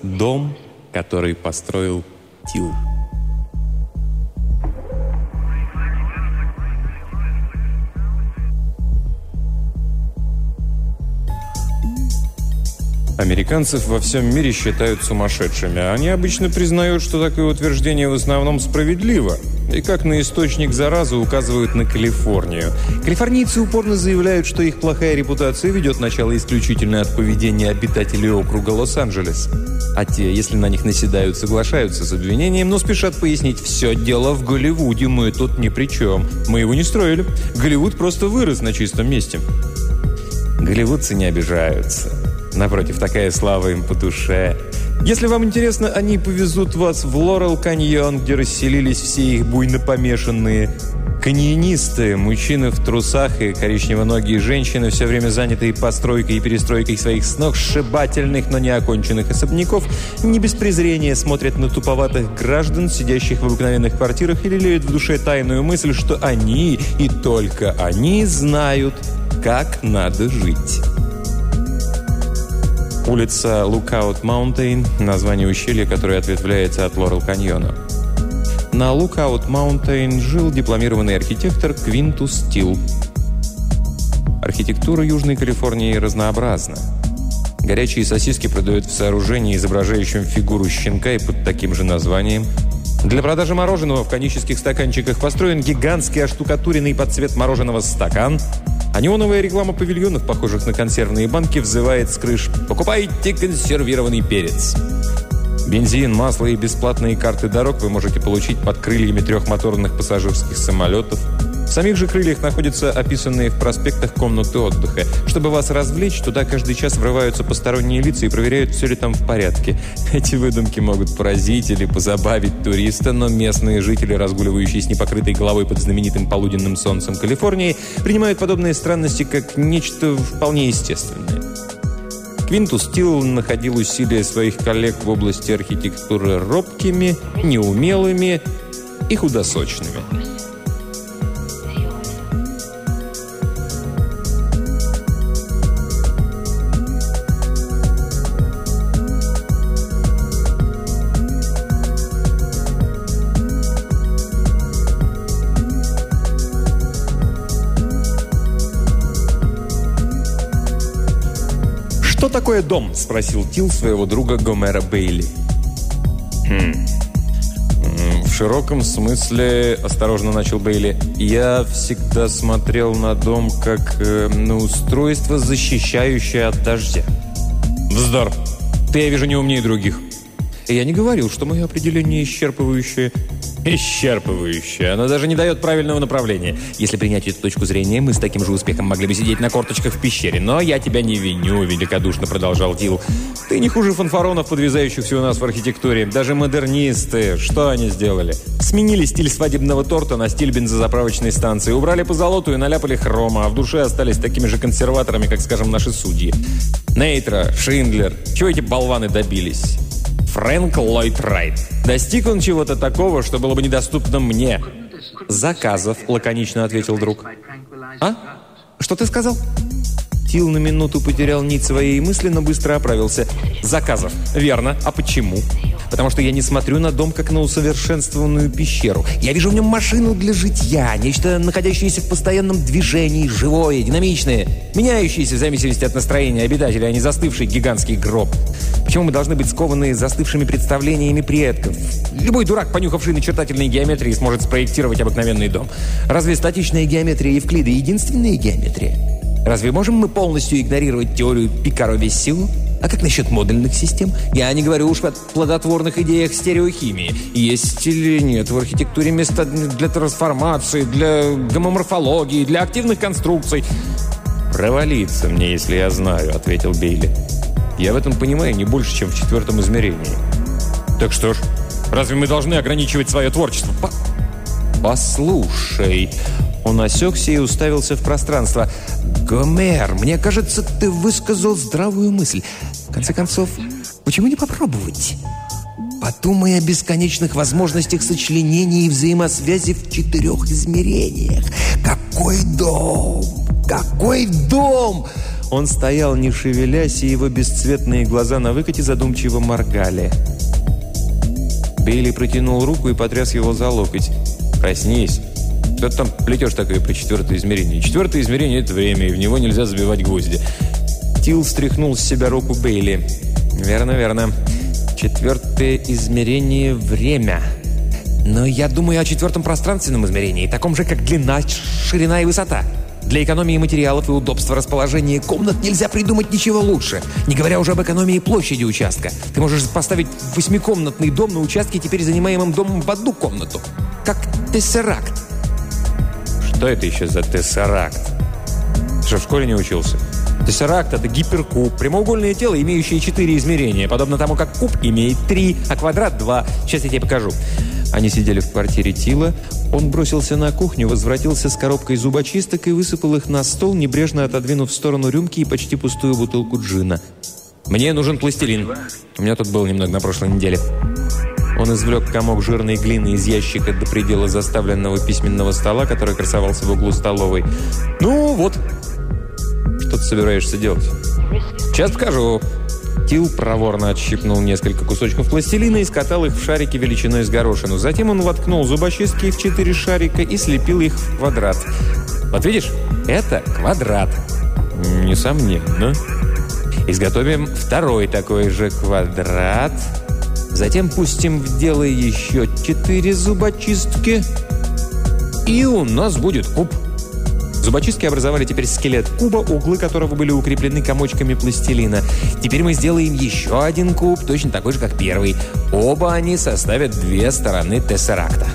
дом, который построил Тил. Американцев во всем мире считают сумасшедшими. Они обычно признают, что такое утверждение в основном справедливо. И как на источник заразы указывают на Калифорнию. Калифорнийцы упорно заявляют, что их плохая репутация ведет начало исключительно от поведения обитателей округа Лос-Анджелес. А те, если на них наседают, соглашаются с обвинением, но спешат пояснить: все дело в Голливуде, мы тут ни при чем. Мы его не строили. Голливуд просто вырос на чистом месте. Голливудцы не обижаются. Напротив, такая слава им по душе. Если вам интересно, они повезут вас в Лорел-каньон, где расселились все их буйно помешанные каньонисты, мужчины в трусах и коричневоногие женщины, все время занятые постройкой и перестройкой своих сногсшибательных, но не оконченных особняков, не без презрения смотрят на туповатых граждан, сидящих в обыкновенных квартирах, и лелеют в душе тайную мысль, что они, и только они, знают, как надо жить. Улица Lookout Mountain – название ущелья, которое ответвляется от Лорел-каньона. На Lookout Mountain жил дипломированный архитектор Квинтус Тил. Архитектура Южной Калифорнии разнообразна. Горячие сосиски продают в сооружении, изображающем фигуру щенка и под таким же названием. Для продажи мороженого в конических стаканчиках построен гигантский оштукатуренный под цвет мороженого стакан, а неоновая реклама павильонов, похожих на консервные банки, взывает с крыш: «Покупайте консервированный перец». Бензин, масло и бесплатные карты дорог вы можете получить под крыльями трехмоторных пассажирских самолетов. В самих же крыльях находятся описанные в проспектах комнаты отдыха. Чтобы вас развлечь, туда каждый час врываются посторонние лица и проверяют, все ли там в порядке. Эти выдумки могут поразить или позабавить туриста, но местные жители, разгуливающие с непокрытой головой под знаменитым полуденным солнцем Калифорнии, принимают подобные странности как нечто вполне естественное. Квинтус Тил находил усилия своих коллег в области архитектуры робкими, неумелыми и худосочными. «Что такое дом?» – спросил Тил своего друга Гомера Бейли. «В широком смысле, – осторожно начал Бейли, – я всегда смотрел на дом как на устройство, защищающее от дождя». «Вздор! Ты, я вижу, не умнее других». «Я не говорил, что мое определение исчерпывающее». «Исчерпывающее. Оно даже не дает правильного направления. Если принять эту точку зрения, мы с таким же успехом могли бы сидеть на корточках в пещере. Но я тебя не виню», – великодушно продолжал Тил. «Ты не хуже фанфаронов, подвязающихся у нас в архитектуре. Даже модернисты. Что они сделали? Сменили стиль свадебного торта на стиль бензозаправочной станции. Убрали позолоту и наляпали хрома, а в душе остались такими же консерваторами, как, скажем, наши судьи. Нейтра, Шиндлер. Чего эти болваны добились? Фрэнк Ллойд Райт. Достиг он чего-то такого, что было бы недоступно мне». «Заказов», – лаконично ответил друг. «А? Что ты сказал?» Тил на минуту потерял нить своей мысли, но быстро оправился. «Заказов. Верно. А почему?» «Потому что я не смотрю на дом, как на усовершенствованную пещеру. Я вижу в нем машину для житья, нечто, находящееся в постоянном движении, живое, динамичное, меняющееся в зависимости от настроения обитателя, а не застывший гигантский гроб. Почему мы должны быть скованы застывшими представлениями предков? Любой дурак, понюхавший начертательные геометрии, сможет спроектировать обыкновенный дом. Разве статичная геометрия Евклида единственная геометрия? Разве можем мы полностью игнорировать теорию Пикаро-Вессио? А как насчет модульных систем? Я не говорю уж о плодотворных идеях стереохимии. Есть или нет в архитектуре места для трансформации, для гомоморфологии, для активных конструкций?» «Провалиться мне, если я знаю», — ответил Бейли. «Я в этом понимаю не больше, чем в четвертом измерении». «Так что ж, разве мы должны ограничивать свое творчество?» «Послушай». Он осекся и уставился в пространство. «Гомер, мне кажется, ты высказал здравую мысль. В конце концов, почему не попробовать? Подумай о бесконечных возможностях сочленения и взаимосвязи в 4 измерениях. Какой дом! Какой дом! Он стоял, не шевелясь, и его бесцветные глаза на выкате задумчиво моргали. Бейли протянул руку и потряс его за локоть. «Проснись. Что ты там плетешь такое про четвертое измерение? Четвертое измерение – это время, и в него нельзя забивать гвозди». Тил стряхнул с себя руку Бейли. «Верно, верно. Четвертое измерение – время. Но я думаю о четвертом пространственном измерении, таком же, как длина, ширина и высота. Для экономии материалов и удобства расположения комнат нельзя придумать ничего лучше, не говоря уже об экономии площади участка. Ты можешь поставить 8-комнатный дом на участке, теперь занимаемым домом в одну комнату. Как тессеракт». «Что это еще за тессеракт? Ты что, в школе не учился?» Тессеракт – это гиперкуб, прямоугольное тело, имеющее 4 измерения, подобно тому, как куб имеет 3, а квадрат – 2. Сейчас я тебе покажу. Они сидели в квартире Тила. Он бросился на кухню, возвратился с коробкой зубочисток и высыпал их на стол, небрежно отодвинув в сторону рюмки и почти пустую бутылку джина. «Мне нужен пластилин. У меня тут был немного на прошлой неделе». Он извлек комок жирной глины из ящика до предела заставленного письменного стола, который красовался в углу столовой. «Ну вот. Что ты собираешься делать?» «Сейчас покажу». Тил проворно отщипнул несколько кусочков пластилина и скатал их в шарики величиной с горошину. Затем он воткнул зубочистки в 4 шарика и слепил их в квадрат. «Вот видишь, это квадрат». «Несомненно». «Изготовим второй такой же квадрат. Затем пустим в дело еще 4 зубочистки. И у нас будет куб». Зубочистки образовали теперь скелет куба, углы которого были укреплены комочками пластилина. Теперь мы сделаем еще один куб, точно такой же, как первый. Оба они составят 2 стороны тессеракта.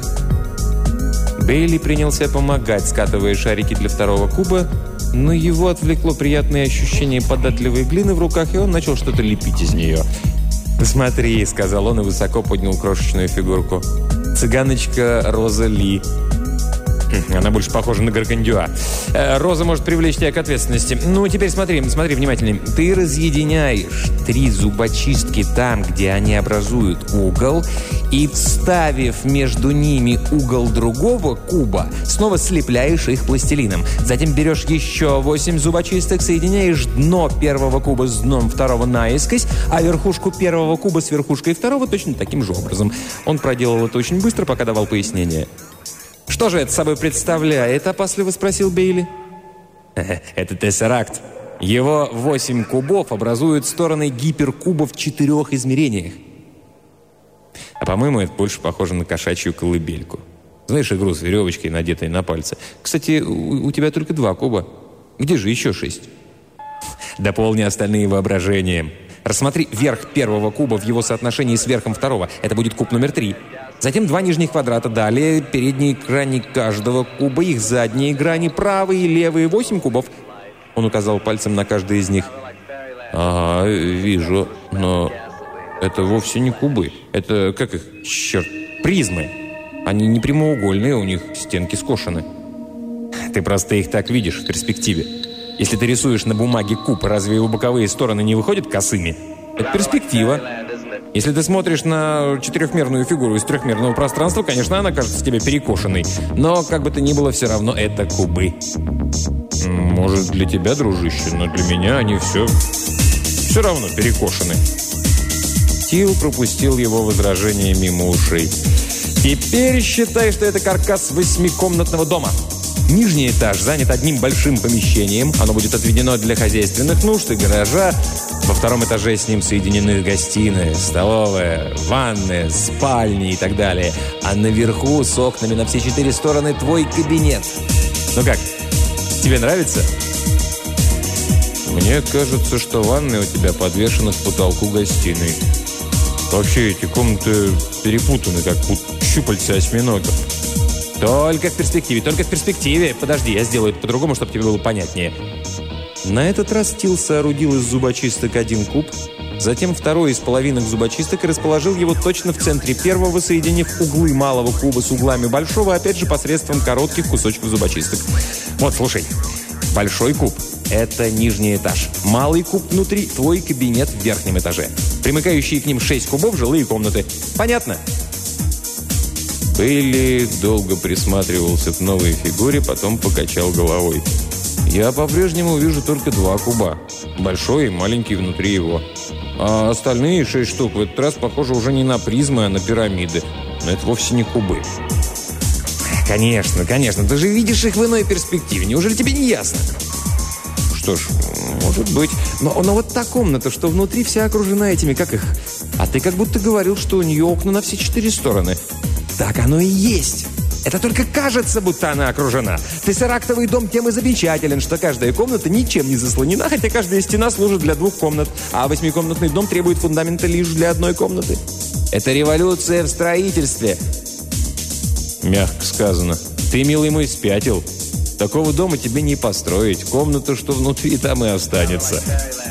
Бейли принялся помогать, скатывая шарики для второго куба, но его отвлекло приятное ощущение податливой глины в руках, и он начал что-то лепить из нее. «Смотри», — сказал он и высоко поднял крошечную фигурку. «Цыганочка Роза Ли». Она больше похожа на Гаргандюа. Роза может привлечь тебя к ответственности. Ну, теперь смотри внимательнее. Ты разъединяешь 3 зубочистки там, где они образуют угол, и, вставив между ними угол другого куба, снова слепляешь их пластилином. Затем берешь еще 8 зубочисток, соединяешь дно первого куба с дном второго наискось, а верхушку первого куба с верхушкой второго точно таким же образом. Он проделал это очень быстро, пока давал пояснение. «Что же это собой представляет?» – опасливо спросил Бейли. «Это тессеракт. Его 8 кубов образуют стороны гиперкуба в 4 измерениях. А по-моему, это больше похоже на кошачью колыбельку. Знаешь игру с веревочкой, надетой на пальцы? Кстати, у тебя только 2 куба. Где же еще 6? Дополни остальные воображением. Рассмотри верх первого куба в его соотношении с верхом второго. Это будет куб номер 3. Затем 2 нижних квадрата. Далее передние грани каждого куба, их задние грани, правые и левые, 8 кубов». Он указал пальцем на каждый из них. «Ага, вижу, но это вовсе не кубы. Это, как их, черт, призмы. Они не прямоугольные, у них стенки скошены». «Ты просто их так видишь в перспективе. Если ты рисуешь на бумаге куб, разве его боковые стороны не выходят косыми? Это перспектива. Если ты смотришь на 4-мерную фигуру из 3-мерного пространства, конечно, она кажется тебе перекошенной. Но, как бы то ни было, все равно это кубы». «Может, для тебя, дружище, но для меня они все равно перекошены». Тил пропустил его возражение мимо ушей. «Теперь считай, что это каркас 8-комнатного дома. Нижний этаж занят одним большим помещением. Оно будет отведено для хозяйственных нужд и гаража. Во 2-м этаже с ним соединены гостиная, столовая, ванная, спальня и так далее. А наверху с окнами на все 4 стороны твой кабинет. Ну как, тебе нравится?» «Мне кажется, что ванная у тебя подвешена к потолку гостиной. Вообще эти комнаты перепутаны, как щупальца осьминога». «Только в перспективе. Подожди, я сделаю это по-другому, чтобы тебе было понятнее». На этот раз Тил соорудил из зубочисток 1 куб, затем 2 из половинок зубочисток и расположил его точно в центре первого, соединив углы малого куба с углами большого, опять же посредством коротких кусочков зубочисток. Вот, слушай. Большой куб – это нижний этаж. Малый куб внутри – твой кабинет в верхнем этаже. Примыкающие к ним 6 кубов – жилые комнаты. Понятно?» Бейли долго присматривался к новой фигуре, потом покачал головой. Я по-прежнему вижу только 2 куба. Большой и маленький внутри его. А остальные 6 штук в этот раз похожи уже не на призмы, а на пирамиды. Но это вовсе не кубы. Конечно, конечно. Ты же видишь их в иной перспективе. Неужели тебе не ясно? Что ж, может быть. Но вот та комната, что внутри вся окружена этими, как их... А ты как будто говорил, что у нее окна на все 4 стороны. Так оно и есть. Это только кажется, будто она окружена. Тессерактовый дом тем и замечателен, что каждая комната ничем не заслонена, хотя каждая стена служит для 2 комнат, а 8-комнатный дом требует фундамента лишь для 1 комнаты. Это революция в строительстве. Мягко сказано. Ты, милый мой, спятил. Такого дома тебе не построить. Комната, что внутри, там и останется.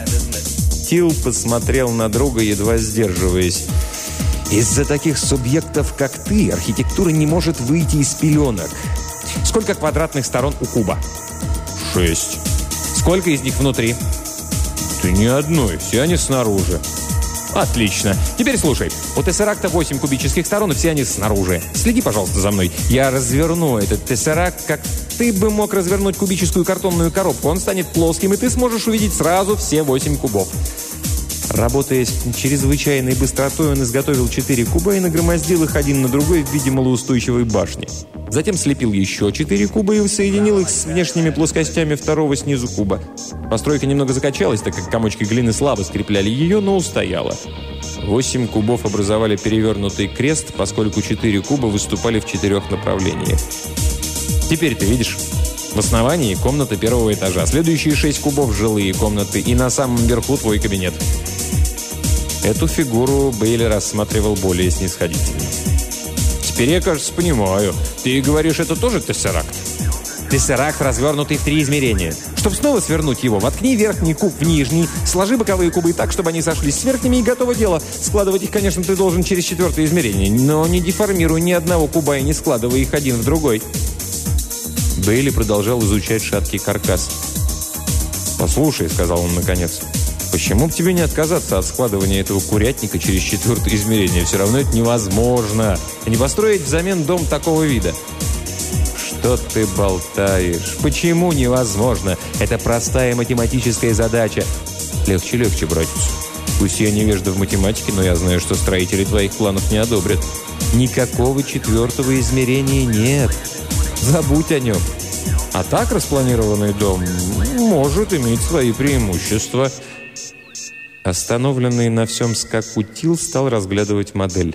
Тил посмотрел на друга, едва сдерживаясь. Из-за таких субъектов, как ты, архитектура не может выйти из пеленок. Сколько квадратных сторон у куба? 6. Сколько из них внутри? Да ни одной, все они снаружи. Отлично. Теперь слушай. У тессеракта 8 кубических сторон, и все они снаружи. Следи, пожалуйста, за мной. Я разверну этот тессеракт, как ты бы мог развернуть кубическую картонную коробку. Он станет плоским, и ты сможешь увидеть сразу все 8 кубов. Работая с чрезвычайной быстротой, он изготовил 4 куба и нагромоздил их один на другой в виде малоустойчивой башни. Затем слепил еще 4 куба и соединил их с внешними плоскостями второго снизу куба. Постройка немного закачалась, так как комочки глины слабо скрепляли ее, но устояла. 8 кубов образовали перевернутый крест, поскольку 4 куба выступали в 4 направлениях. Теперь ты видишь... В основании комната 1-го этажа. Следующие 6 кубов – жилые комнаты. И на самом верху твой кабинет. Эту фигуру Бейли рассматривал более снисходительно. Теперь я, кажется, понимаю. Ты говоришь, это тоже тессеракт? Тессеракт, развернутый в 3 измерения. Чтобы снова свернуть его, воткни верхний куб в нижний, сложи боковые кубы так, чтобы они сошлись с верхними, и готово дело. Складывать их, конечно, ты должен через 4-е измерение, но не деформируй ни одного куба и не складывай их один в другой. Бейли продолжал изучать шаткий каркас. «Послушай», — сказал он наконец, — «почему бы тебе не отказаться от складывания этого курятника через 4-е измерение? Все равно это невозможно. А не построить взамен дом такого вида». «Что ты болтаешь? Почему невозможно? Это простая математическая задача». «Легче, легче, братец. Пусть я невежда в математике, но я знаю, что строители твоих планов не одобрят. Никакого 4-го измерения нет. Забудь о нем. А так распланированный дом может иметь свои преимущества». Остановленный на всем скаку Тил стал разглядывать модель.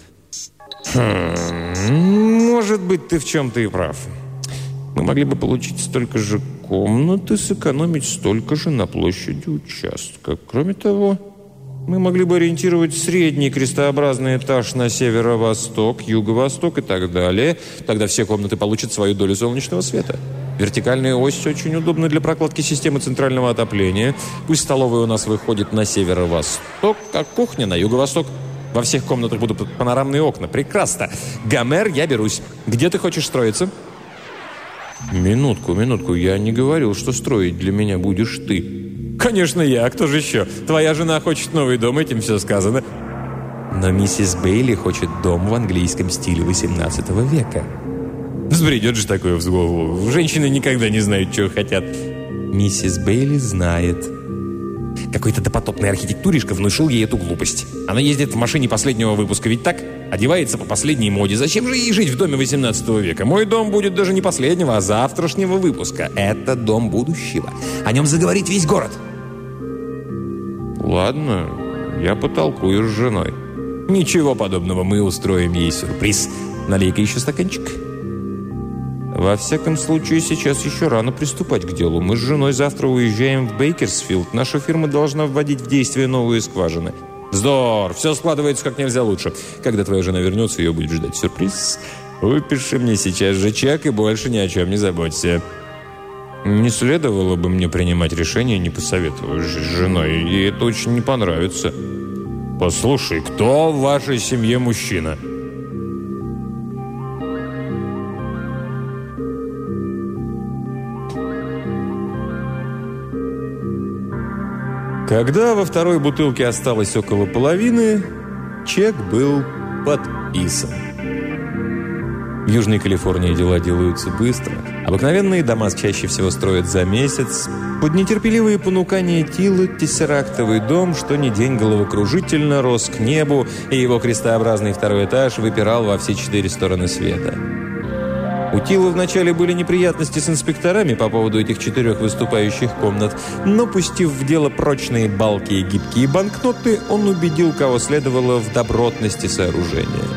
«Может быть, ты в чем-то и прав. Мы могли бы получить столько же комнат и сэкономить столько же на площади участка. Кроме того, мы могли бы ориентировать средний крестообразный этаж на северо-восток, юго-восток и так далее. Тогда все комнаты получат свою долю солнечного света. Вертикальная ось очень удобна для прокладки системы центрального отопления. Пусть столовая у нас выходит на северо-восток, а кухня на юго-восток. Во всех комнатах будут панорамные окна. Прекрасно. Гомер, я берусь. Где ты хочешь строиться?» «Минутку. Я не говорил, что строить для меня будешь ты». «Конечно я. А кто же еще? Твоя жена хочет новый дом, этим все сказано». «Но миссис Бейли хочет дом в английском стиле XVIII века». «Взбредет же такое в голову. Женщины никогда не знают, чего хотят». «Миссис Бейли знает». Какой-то допотопный архитектуришка внушил ей эту глупость. Она ездит в машине последнего выпуска, ведь так? Одевается по последней моде. Зачем же ей жить в доме XVIII века? Мой дом будет даже не последнего, а завтрашнего выпуска. Это дом будущего. О нем заговорит весь город. Ладно, я потолкую с женой. Ничего подобного, мы устроим ей сюрприз. Налей-ка еще стаканчик. Во всяком случае, сейчас еще рано приступать к делу. Мы с женой завтра уезжаем в Бейкерсфилд. Наша фирма должна вводить в действие новые скважины. Вздор! Все складывается как нельзя лучше. Когда твоя жена вернется, ее будет ждать сюрприз. Выпиши мне сейчас же чек и больше ни о чем не заботься. Не следовало бы мне принимать решение, не посоветовавшись с женой. Ей это очень не понравится. Послушай, кто в вашей семье мужчина? Когда во второй бутылке осталось около половины, чек был подписан. В Южной Калифорнии дела делаются быстро. Обыкновенные дома чаще всего строят за месяц. Под нетерпеливые понукания Тила тессерактовый дом, что ни день головокружительно, рос к небу, и его крестообразный второй этаж выпирал во все 4 стороны света. У Тила вначале были неприятности с инспекторами по поводу этих 4 выступающих комнат, но, пустив в дело прочные балки и гибкие банкноты, он убедил, кого следовало, в добротности сооружения.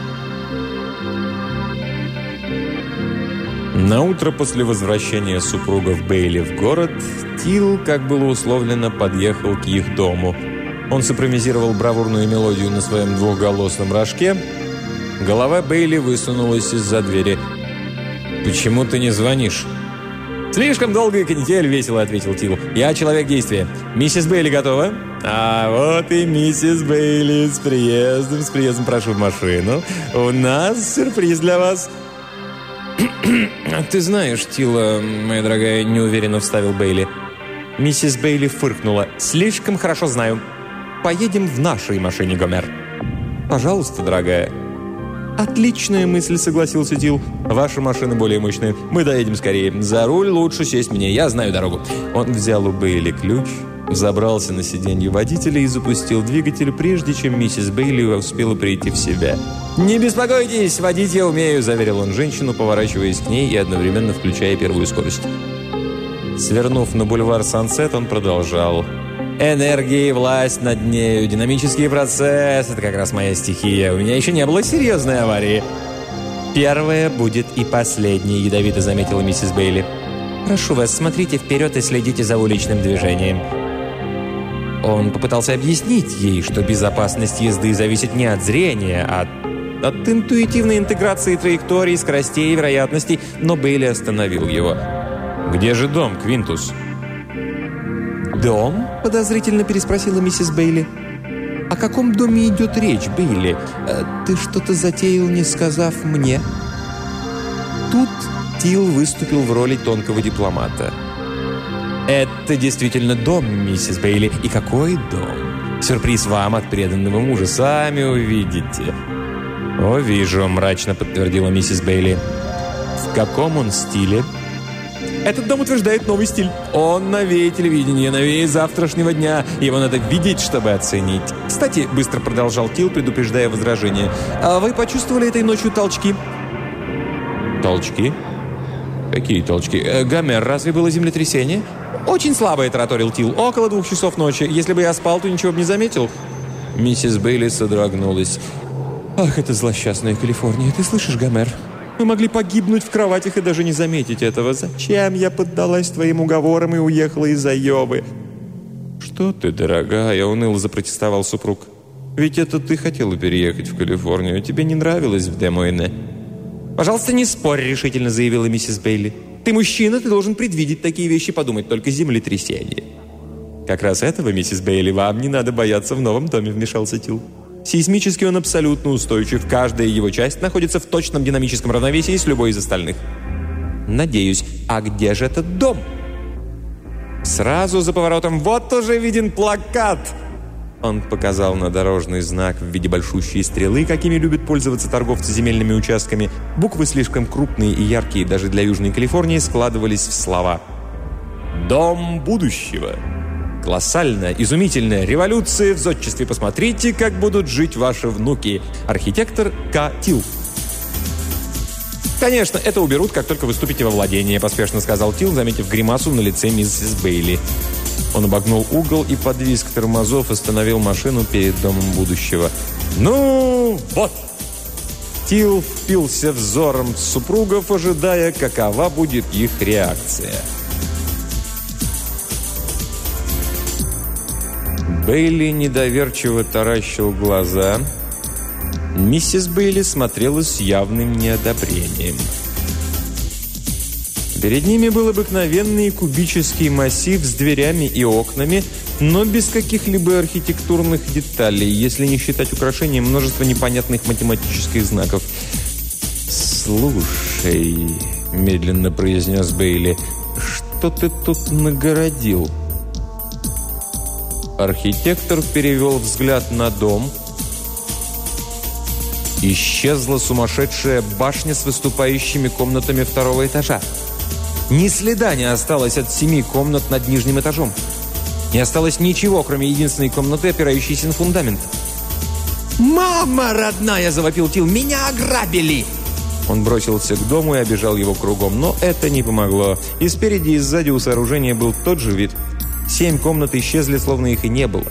Наутро после возвращения супругов Бейли в город, Тил, как было условлено, подъехал к их дому. Он симпровизировал бравурную мелодию на своем двухголосном рожке. Голова Бейли высунулась из-за двери. «Почему ты не звонишь?» «Слишком долгая канитель», — весело ответил Тил. «Я человек действия. Миссис Бейли готова?» «А вот и миссис Бейли. С приездом, прошу в машину. У нас сюрприз для вас». «Ты знаешь, Тила, моя дорогая», — неуверенно вставил Бейли. Миссис Бейли фыркнула. «Слишком хорошо знаю. Поедем в нашей машине, Гомер». «Пожалуйста, дорогая». «Отличная мысль», — согласился Тил. «Ваша машина более мощная. Мы доедем скорее. За руль лучше сесть мне. Я знаю дорогу». Он взял у Бейли ключ, забрался на сиденье водителя и запустил двигатель, прежде чем миссис Бейли успела прийти в себя. «Не беспокойтесь, водить я умею», — заверил он женщину, поворачиваясь к ней и одновременно включая первую скорость. Свернув на бульвар Сансет, он продолжал. «Энергия и власть над нею, динамический процесс — это как раз моя стихия. У меня еще не было серьезной аварии». «Первая будет и последней», — ядовито заметила миссис Бейли. «Прошу вас, смотрите вперед и следите за уличным движением». Он попытался объяснить ей, что безопасность езды зависит не от зрения, а от интуитивной интеграции траекторий, скоростей и вероятностей, но Бейли остановил его. «Где же дом, Квинтус?» «Дом?» – подозрительно переспросила миссис Бейли. «О каком доме идет речь, Бейли? Ты что-то затеял, не сказав мне?» Тут Тил выступил в роли тонкого дипломата. «Это действительно дом, миссис Бейли. И какой дом? Сюрприз вам от преданного мужа. Сами увидите». «О, вижу», – мрачно подтвердила миссис Бейли. «В каком он стиле?» «Этот дом утверждает новый стиль. Он новее телевидения, новее завтрашнего дня. Его надо видеть, чтобы оценить. Кстати, быстро продолжал Тил, предупреждая возражение. А вы почувствовали этой ночью толчки?» «Толчки? Какие толчки? Гомер, разве было землетрясение?» «Очень слабое», — тараторил Тил. «Около 2 часов ночи. Если бы я спал, то ничего бы не заметил». Миссис Бейли содрогнулась. «Ах, это злосчастная Калифорния. Ты слышишь, Гомер? Мы могли погибнуть в кроватях и даже не заметить этого. Зачем я поддалась твоим уговорам и уехала из Айовы?» «Что ты, дорогая?» — уныло запротестовал супруг. «Ведь это ты хотела переехать в Калифорнию. Тебе не нравилось в Де-Мойне?» «Пожалуйста, не спорь», — решительно заявила миссис Бейли. «Ты мужчина, ты должен предвидеть такие вещи, подумать только землетрясение». «Как раз этого, миссис Бейли, вам не надо бояться в новом доме», — вмешался Тил. «Сейсмически он абсолютно устойчив. Каждая его часть находится в точном динамическом равновесии с любой из остальных». «Надеюсь. А где же этот дом?» «Сразу за поворотом. Вот уже виден плакат!» Он показал на дорожный знак в виде большущей стрелы, какими любят пользоваться торговцы земельными участками. Буквы слишком крупные и яркие даже для Южной Калифорнии складывались в слова. «Дом будущего». Колоссальная, изумительная революция в зодчестве. Посмотрите, как будут жить ваши внуки. Архитектор К. Тил. «Конечно, это уберут, как только вы вступите во владение», — поспешно сказал Тил, заметив гримасу на лице миссис Бейли. Он обогнул угол и под визг тормозов остановил машину перед домом будущего. «Ну, вот!» Тил впился взором супругов, ожидая, какова будет их реакция. Бейли недоверчиво таращил глаза. Миссис Бейли смотрела с явным неодобрением. Перед ними был обыкновенный кубический массив с дверями и окнами, но без каких-либо архитектурных деталей, если не считать украшением множества непонятных математических знаков. «Слушай», — медленно произнес Бейли, — «что ты тут нагородил?» Архитектор перевел взгляд на дом. Исчезла сумасшедшая башня с выступающими комнатами второго этажа. Ни следа не осталось от 7 комнат над нижним этажом. Не осталось ничего, кроме единственной комнаты, опирающейся на фундамент. «Мама родная!» – завопил Тил. «Меня ограбили!» Он бросился к дому и обежал его кругом, но это не помогло. И спереди, и сзади у сооружения был тот же вид. 7 комнат исчезли, словно их и не было.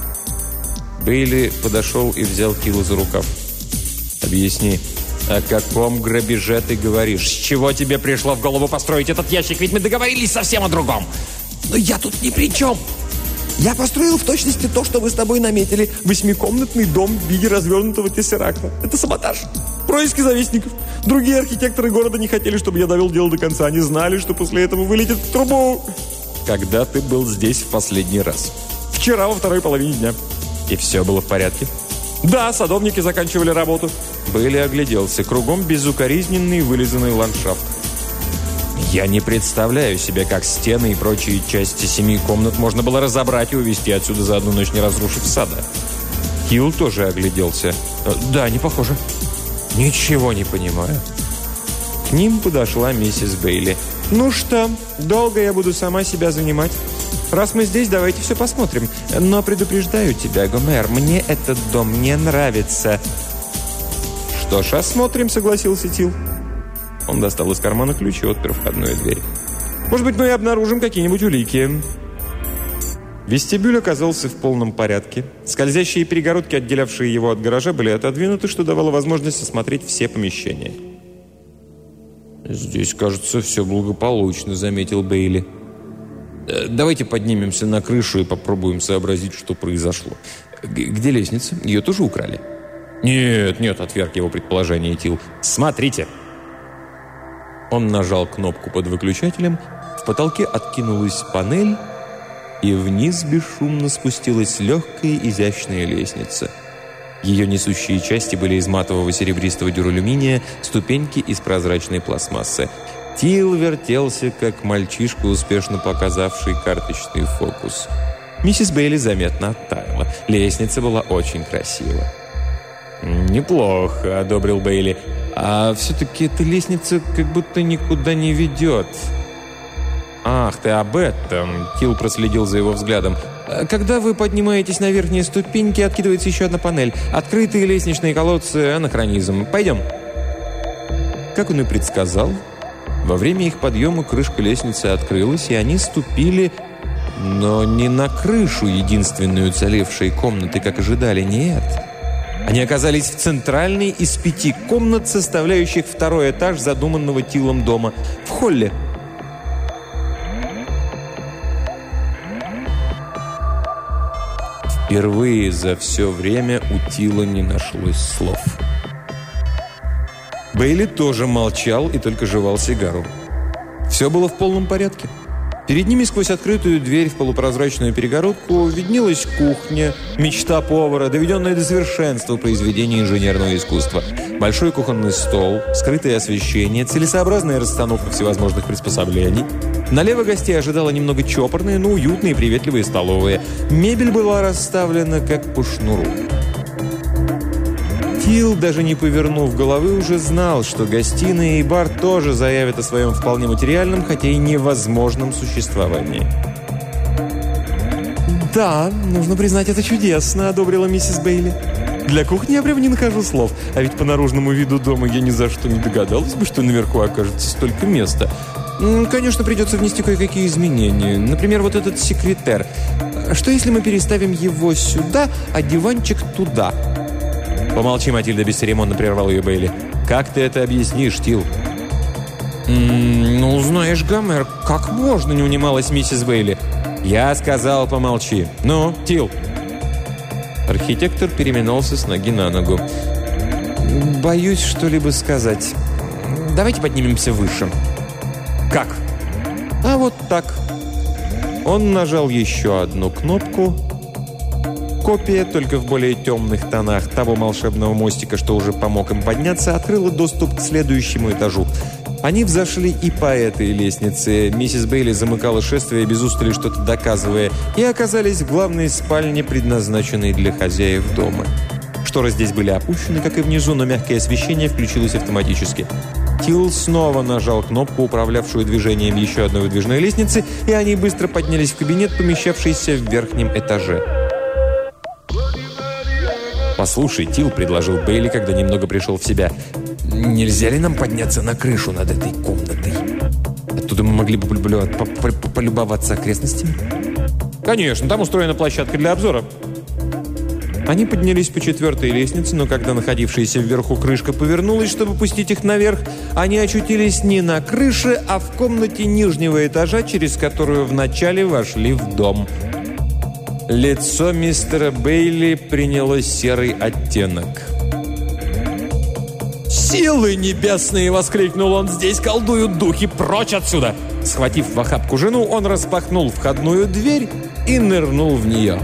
Бейли подошел и взял Тила за рукав. «Объясни, о каком грабеже ты говоришь? С чего тебе пришло в голову построить этот ящик? Ведь мы договорились совсем о другом!» «Но я тут ни при чем! Я построил в точности то, что вы с тобой наметили. 8-комнатный дом в виде развернутого тессеракта. Это саботаж. Происки завистников. Другие архитекторы города не хотели, чтобы я довел дело до конца. Они знали, что после этого вылетит в трубу». «Когда ты был здесь в последний раз?» «Вчера во второй половине дня». «И все было в порядке?» «Да, садовники заканчивали работу». Бейли огляделся. Кругом безукоризненный вылизанный ландшафт. «Я не представляю себе, как стены и прочие части 7 комнат можно было разобрать и увезти отсюда за одну ночь, не разрушив сада». Хилл тоже огляделся. «Да, не похоже». «Ничего не понимаю». К ним подошла миссис Бейли. «Ну что, долго я буду сама себя занимать? Раз мы здесь, давайте все посмотрим. Но предупреждаю тебя, Гомер, мне этот дом не нравится». «Что ж, осмотрим», — согласился Тил. Он достал из кармана ключ и отпер входную дверь. «Может быть, мы и обнаружим какие-нибудь улики». Вестибюль оказался в полном порядке. Скользящие перегородки, отделявшие его от гаража, были отодвинуты, что давало возможность осмотреть все помещения. «Здесь, кажется, все благополучно», — заметил Бейли. «Давайте поднимемся на крышу и попробуем сообразить, что произошло. Где лестница? Ее тоже украли?» «Нет», — отверг его предположение Тил. «Смотрите!» Он нажал кнопку под выключателем, в потолке откинулась панель, и вниз бесшумно спустилась легкая изящная лестница. Ее несущие части были из матового серебристого дюралюминия, ступеньки из прозрачной пластмассы. Тил вертелся, как мальчишка, успешно показавший карточный фокус. Миссис Бейли заметно оттаяла. Лестница была очень красива. «Неплохо», — одобрил Бейли. «А все-таки эта лестница как будто никуда не ведет». «Ах, ты об этом!» — Тил проследил за его взглядом. «Когда вы поднимаетесь на верхние ступеньки, откидывается еще одна панель. Открытые лестничные колодцы — анахронизм. Пойдем». Как он и предсказал, во время их подъема крышка лестницы открылась, и они ступили, но не на крышу единственной уцелевшей комнаты, как ожидали, нет. Они оказались в центральной из 5 комнат, составляющих второй этаж задуманного Тилом дома, в холле. Впервые за все время у Тила не нашлось слов. Бейли тоже молчал и только жевал сигару. Все было в полном порядке. Перед ними сквозь открытую дверь в полупрозрачную перегородку виднелась кухня, мечта повара, доведенная до совершенства произведение инженерного искусства. Большой кухонный стол, скрытое освещение, целесообразная расстановка всевозможных приспособлений. Налево гостей ожидала немного чопорные, но уютные и приветливые столовые. Мебель была расставлена как по шнуру. Тил, даже не повернув головы, уже знал, что гостиная и бар тоже заявят о своем вполне материальном, хотя и невозможном существовании. «Да, нужно признать, это чудесно», — одобрила миссис Бейли. «Для кухни я прям не нахожу слов, а ведь по наружному виду дома я ни за что не догадалась бы, что наверху окажется столько места. Конечно, придется внести кое-какие изменения. Например, вот этот секретер. Что если мы переставим его сюда, а диванчик туда?» «Помолчи, Матильда», — бесцеремонно прервал ее Бейли. «Как ты это объяснишь, Тил?» «Ну, знаешь, Гомер, как можно?» — не унималась миссис Бейли. «Я сказал, помолчи. Ну, Тил». Архитектор переминался с ноги на ногу. «Боюсь что-либо сказать. Давайте поднимемся выше». «Как?» «А вот так». Он нажал еще одну кнопку. Копия, только в более темных тонах, того волшебного мостика, что уже помог им подняться, открыла доступ к следующему этажу. Они взошли и по этой лестнице. Миссис Бейли замыкала шествие, без устали что-то доказывая, и оказались в главной спальне, предназначенной для хозяев дома. Шторы здесь были опущены, как и внизу, но мягкое освещение включилось автоматически. Тилл снова нажал кнопку, управлявшую движением еще одной выдвижной лестницы, и они быстро поднялись в кабинет, помещавшийся в верхнем этаже. «Послушай, Тилл», — предложил Бейли, когда немного пришел в себя, — «нельзя ли нам подняться на крышу над этой комнатой? Оттуда мы могли бы полюбоваться окрестностями». «Конечно, там устроена площадка для обзора». Они поднялись по 4-й лестнице, но когда находившаяся вверху крышка повернулась, чтобы пустить их наверх, они очутились не на крыше, а в комнате нижнего этажа, через которую вначале вошли в дом. Лицо мистера Бейли приняло серый оттенок. «Силы небесные!» — воскликнул он. «Здесь колдуют духи! Прочь отсюда!» Схватив в охапку жену, он распахнул входную дверь и нырнул в нее.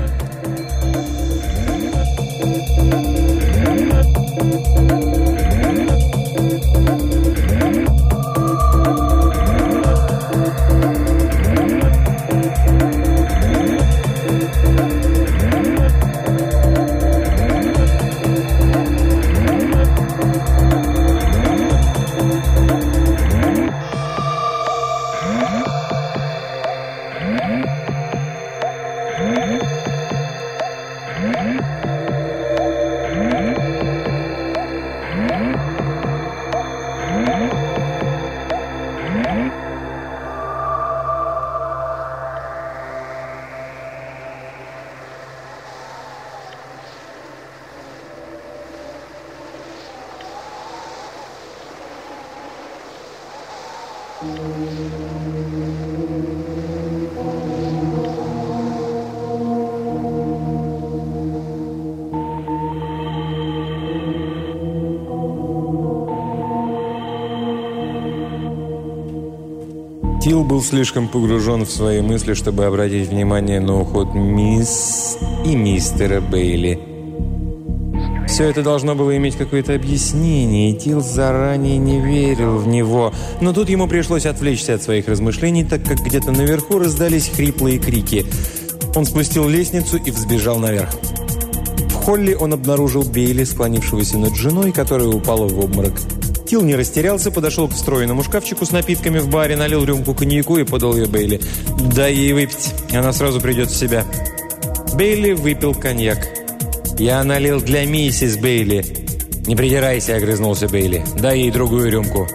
Тилл был слишком погружен в свои мысли, чтобы обратить внимание на уход мисс и мистера Бейли. Все это должно было иметь какое-то объяснение, и Тилл заранее не верил в него. Но тут ему пришлось отвлечься от своих размышлений, так как где-то наверху раздались хриплые крики. Он спустил лестницу и взбежал наверх. В холле он обнаружил Бейли, склонившегося над женой, которая упала в обморок. Тилл не растерялся, подошел к встроенному шкафчику с напитками в баре, налил рюмку коньяку и подал ее Бейли. «Дай ей выпить, она сразу придет в себя». Бейли выпил коньяк. «Я налил для миссис Бейли». «Не придирайся», — огрызнулся Бейли. «Дай ей другую рюмку».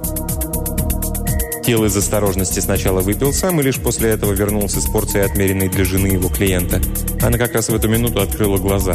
Тилл из осторожности сначала выпил сам и лишь после этого вернулся с порцией, отмеренной для жены его клиента. Она как раз в эту минуту открыла глаза.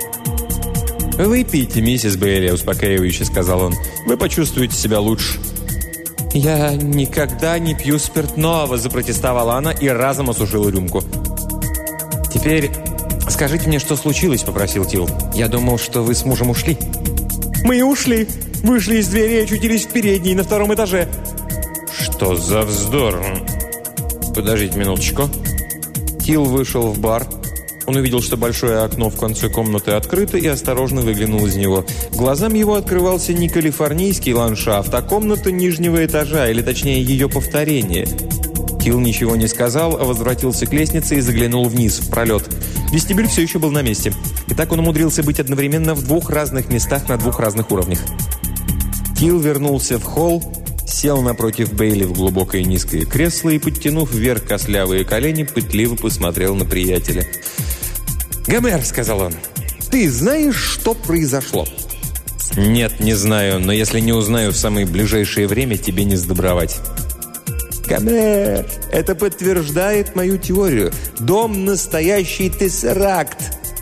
«Выпейте, миссис Бейли», — успокаивающе сказал он. «Вы почувствуете себя лучше». «Я никогда не пью спиртного», — запротестовала она и разом осушила рюмку. «Теперь скажите мне, что случилось», — попросил Тилл. «Я думал, что вы с мужем ушли». «Мы и ушли. Вышли из двери и очутились в передней на 2-м этаже». «Что за вздор?» «Подождите минуточку». Тилл вышел в бар. Он увидел, что большое окно в конце комнаты открыто, и осторожно выглянул из него. Глазам его открывался не калифорнийский ландшафт, а комната нижнего этажа, или точнее ее повторение. Тилл ничего не сказал, а возвратился к лестнице и заглянул вниз, в пролет. Вестибюль все еще был на месте. И так он умудрился быть одновременно в 2 разных местах на 2 разных уровнях. Тилл вернулся в холл, сел напротив Бейли в глубокое низкое кресло и, подтянув вверх костлявые колени, пытливо посмотрел на приятеля. «Гомер», — сказал он, — «ты знаешь, что произошло?» «Нет, не знаю, но если не узнаю в самое ближайшее время, тебе не сдобровать». «Гомер, это подтверждает мою теорию. Дом — настоящий тессеракт».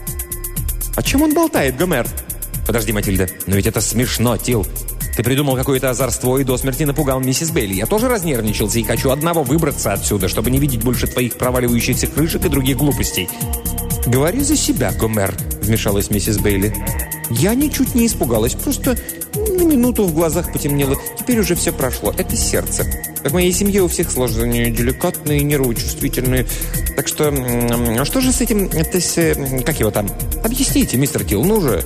«О чем он болтает, Гомер?» «Подожди, Матильда, но ведь это смешно, Тилл. Ты придумал какое-то озорство и до смерти напугал миссис Бейли. Я тоже разнервничался и хочу одного выбраться отсюда, чтобы не видеть больше твоих проваливающихся крышек и других глупостей». «Говори за себя, Гомер», — вмешалась миссис Бейли. «Я ничуть не испугалась, просто на минуту в глазах потемнело. Теперь уже все прошло. Это сердце. В моей семье у всех сложные, деликатные, нервочувствительные. Так что, что же с этим, как его там? Объясните, мистер Тилл, ну же».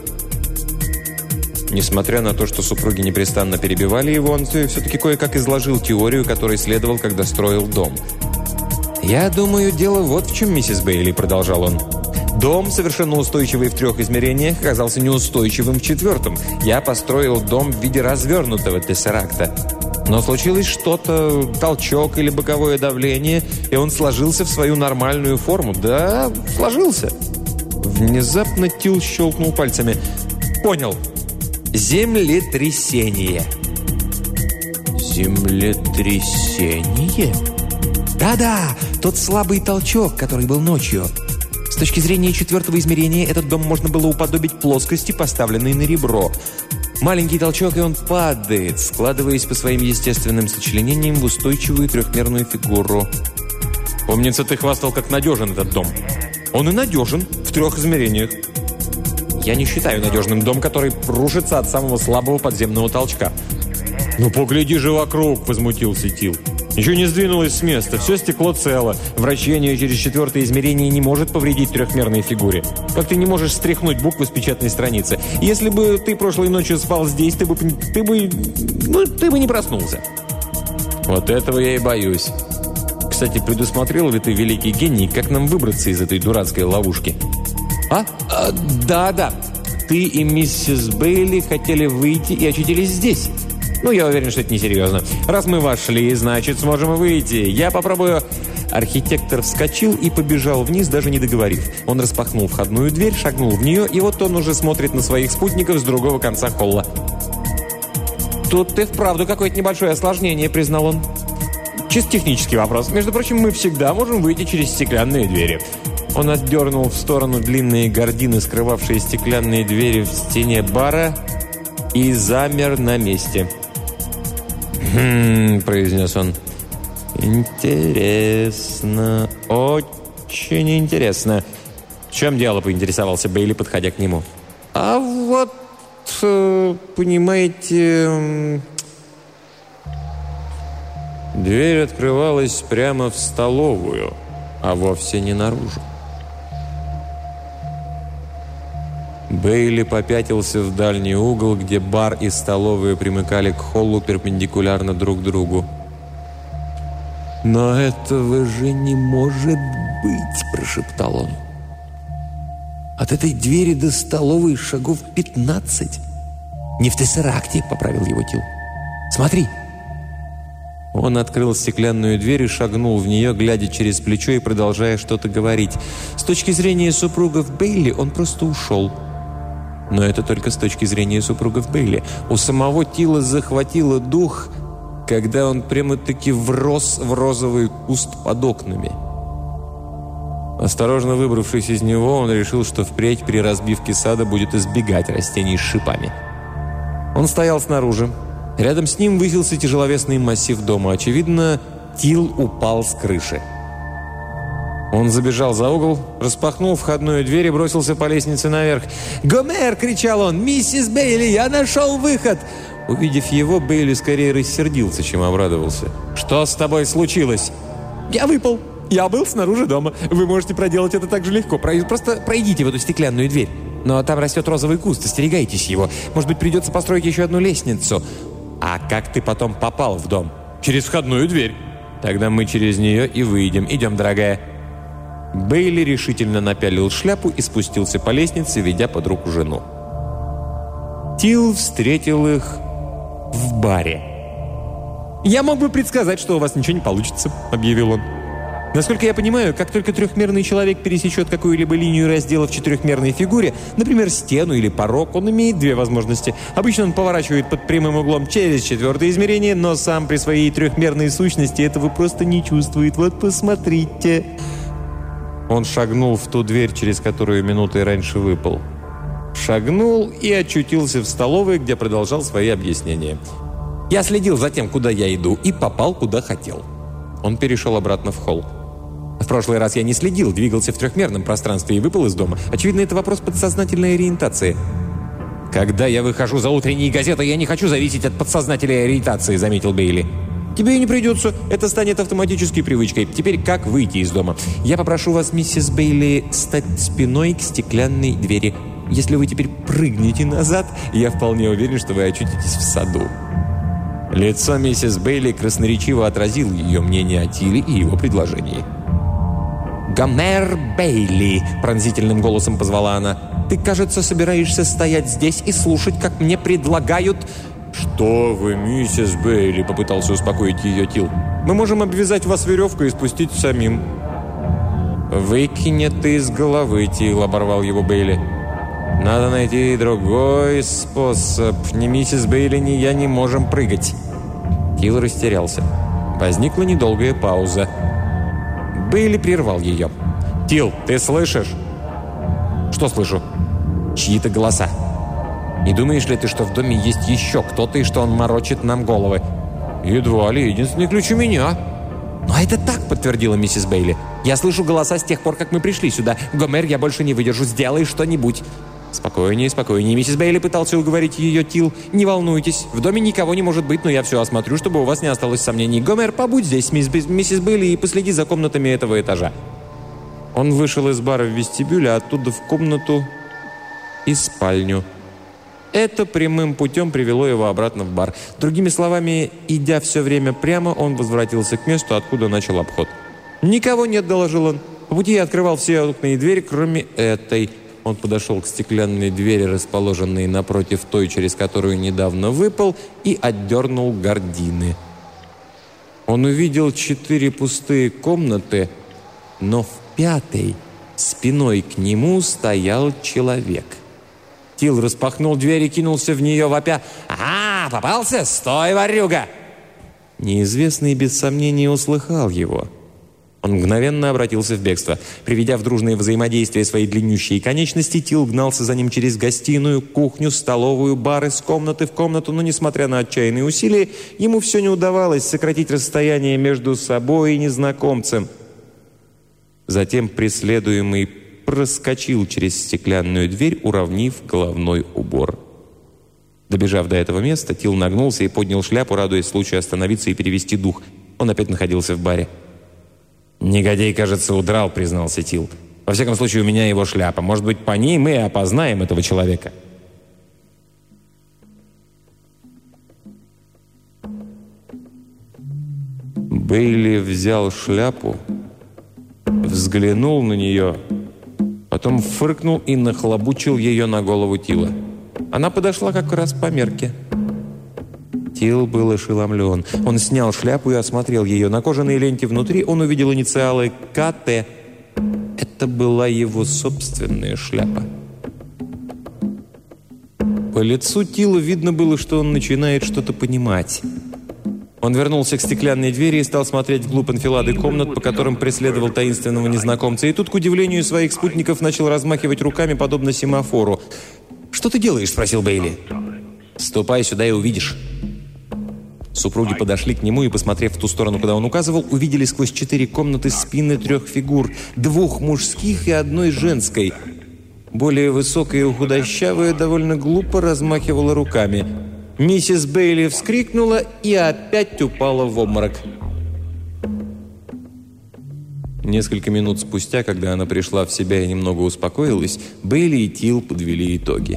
Несмотря на то, что супруги непрестанно перебивали его, он все-таки кое-как изложил теорию, которой следовал, когда строил дом. «Я думаю, дело вот в чем, миссис Бейли», — продолжал он. Дом, совершенно устойчивый в 3 измерениях, оказался неустойчивым в 4. Я построил дом в виде развернутого тессеракта. Но случилось что-то, толчок или боковое давление, и он сложился в свою нормальную форму. Да, сложился. Внезапно Тил щелкнул пальцами. Понял. Землетрясение. Землетрясение? Да-да, тот слабый толчок, который был ночью. С точки зрения 4 измерения, этот дом можно было уподобить плоскости, поставленной на ребро. Маленький толчок, и он падает, складываясь по своим естественным сочленениям в устойчивую 3-мерную фигуру. Помнится, ты хвастал, как надежен этот дом. Он и надежен в 3 измерениях. Я не считаю надежным дом, который рушится от самого слабого подземного толчка. «Ну погляди же вокруг!» – возмутился Тил. «Еще не сдвинулось с места, все стекло цело. Вращение через 4 измерение не может повредить 3-мерной фигуре. Как ты не можешь стряхнуть буквы с печатной страницы? Если бы ты прошлой ночью спал здесь, ты бы не проснулся». «Вот этого я и боюсь. Кстати, предусмотрел ли ты, великий гений, как нам выбраться из этой дурацкой ловушки?» Да. Ты и миссис Бейли хотели выйти и очутились здесь. Ну, я уверен, что это несерьезно. Раз мы вошли, значит, сможем и выйти. Я попробую...» Архитектор вскочил и побежал вниз, даже не договорив. Он распахнул входную дверь, шагнул в нее, и вот он уже смотрит на своих спутников с другого конца холла. «Тут ты вправду какое-то небольшое осложнение», — признал он. «Чисто технический вопрос. Между прочим, мы всегда можем выйти через стеклянные двери». Он отдернул в сторону длинные гардины, скрывавшие стеклянные двери в стене бара, и замер на месте. Произнес он. «Интересно, очень интересно». «В чем дело?» — поинтересовался Бейли, подходя к нему. «А вот, понимаете...» Дверь открывалась прямо в столовую, а вовсе не наружу. Бейли попятился в дальний угол, где бар и столовая примыкали к холлу перпендикулярно друг другу. «Но этого же не может быть!» – прошептал он. «От этой двери до столовой шагов 15. Не в тессеракте», – поправил его Тил. «Смотри!» Он открыл стеклянную дверь и шагнул в нее, глядя через плечо и продолжая что-то говорить. С точки зрения супругов Бейли он просто ушел. Но это только с точки зрения супругов Бейли. У самого Тила захватило дух, когда он прямо-таки врос в розовый куст под окнами. Осторожно выбравшись из него, он решил, что впредь при разбивке сада будет избегать растений с шипами. Он стоял снаружи. Рядом с ним высился тяжеловесный массив дома. Очевидно, Тил упал с крыши. Он забежал за угол, распахнул входную дверь и бросился по лестнице наверх. «Гомер!» — кричал он. «Миссис Бейли, я нашел выход!» Увидев его, Бейли скорее рассердился, чем обрадовался. «Что с тобой случилось?» «Я выпал. Я был снаружи дома. Вы можете проделать это так же легко. Просто пройдите в эту стеклянную дверь. Но там растет розовый куст, остерегайтесь его. Может быть, придется построить еще одну лестницу». «А как ты потом попал в дом?» «Через входную дверь». «Тогда мы через нее и выйдем. Идем, дорогая». Бейли решительно напялил шляпу и спустился по лестнице, ведя под руку жену. Тил встретил их в баре. «Я мог бы предсказать, что у вас ничего не получится», — объявил он. «Насколько я понимаю, как только 3-мерный человек пересечет какую-либо линию раздела в 4-мерной фигуре, например, стену или порог, он имеет 2 возможности. Обычно он поворачивает под прямым углом через 4 измерение, но сам при своей 3-мерной сущности этого просто не чувствует. Вот посмотрите». Он шагнул в ту дверь, через которую минутой раньше выпал. Шагнул и очутился в столовой, где продолжал свои объяснения. «Я следил за тем, куда я иду, и попал, куда хотел». Он перешел обратно в холл. «В прошлый раз я не следил, двигался в 3-мерном пространстве и выпал из дома. Очевидно, это вопрос подсознательной ориентации». «Когда я выхожу за утренние газеты, я не хочу зависеть от подсознательной ориентации», — заметил Бейли. «Тебе и не придется. Это станет автоматической привычкой. Теперь как выйти из дома? Я попрошу вас, миссис Бейли, стать спиной к стеклянной двери. Если вы теперь прыгнете назад, я вполне уверен, что вы очутитесь в саду». Лицо миссис Бейли красноречиво отразило ее мнение о Тиле и его предложении. «Гомер Бейли!» – пронзительным голосом позвала она. «Ты, кажется, собираешься стоять здесь и слушать, как мне предлагают...» «Что вы, миссис Бейли?» – попытался успокоить ее Тил. «Мы можем обвязать вас веревкой и спустить самим». «Выкинь это из головы, Тил», – оборвал его Бейли. «Надо найти другой способ. Ни миссис Бейли, ни я не можем прыгать». Тил растерялся. Возникла недолгая пауза. Бейли прервал ее. «Тил, ты слышишь?» «Что слышу?» «Чьи-то голоса. Не думаешь ли ты, что в доме есть еще кто-то и что он морочит нам головы?» «Едва ли. Единственный ключ у меня». «Но это так», — подтвердила миссис Бейли. «Я слышу голоса с тех пор, как мы пришли сюда. Гомер, я больше не выдержу. Сделай что-нибудь». «Спокойнее, спокойнее». Миссис Бейли пытался уговорить ее Тил. «Не волнуйтесь. В доме никого не может быть, но я все осмотрю, чтобы у вас не осталось сомнений. Гомер, побудь здесь, миссис Бейли, и последи за комнатами этого этажа». Он вышел из бара в вестибюль, а оттуда в комнату и спальню. Это прямым путем привело его обратно в бар. Другими словами, идя все время прямо, он возвратился к месту, откуда начал обход. «Никого нет», — доложил он. По пути я открывал все окна и двери, кроме этой. Он подошел к стеклянной двери, расположенной напротив той, через которую недавно выпал, и отдернул гардины. Он увидел 4 пустые комнаты, но в 5-й спиной к нему стоял человек. Тил распахнул дверь и кинулся в нее, вопя: «Ага, попался? Стой, ворюга!» Неизвестный без сомнения услыхал его. Он мгновенно обратился в бегство. Приведя в дружное взаимодействие свои длиннющие конечности, Тил гнался за ним через гостиную, кухню, столовую, бар, из комнаты в комнату, но, несмотря на отчаянные усилия, ему все не удавалось сократить расстояние между собой и незнакомцем. Затем преследуемый проскочил через стеклянную дверь, уравнив головной убор. Добежав до этого места, Тил нагнулся и поднял шляпу, радуясь случаю остановиться и перевести дух. Он опять находился в баре. «Негодяй, кажется, удрал», — признался Тил. «Во всяком случае, у меня его шляпа. Может быть, по ней мы и опознаем этого человека». Бейли взял шляпу, взглянул на нее, потом фыркнул и нахлобучил ее на голову Тила. Она подошла как раз по мерке. Тил был ошеломлен. Он снял шляпу и осмотрел ее. На кожаной ленте внутри он увидел инициалы КТ. Это была его собственная шляпа. По лицу Тила видно было, что он начинает что-то понимать. Он вернулся к стеклянной двери и стал смотреть вглубь анфилады комнат, по которым преследовал таинственного незнакомца. И тут, к удивлению своих спутников, начал размахивать руками, подобно семафору. «Что ты делаешь?» – спросил Бейли. «Ступай сюда и увидишь». Супруги подошли к нему и, посмотрев в ту сторону, куда он указывал, увидели сквозь 4 комнаты спины 3 фигур, 2 мужских и 1 женской. Более высокая и худощавая довольно глупо размахивала руками. Миссис Бейли вскрикнула и опять упала в обморок. Несколько минут спустя, когда она пришла в себя и немного успокоилась, Бейли и Тил подвели итоги.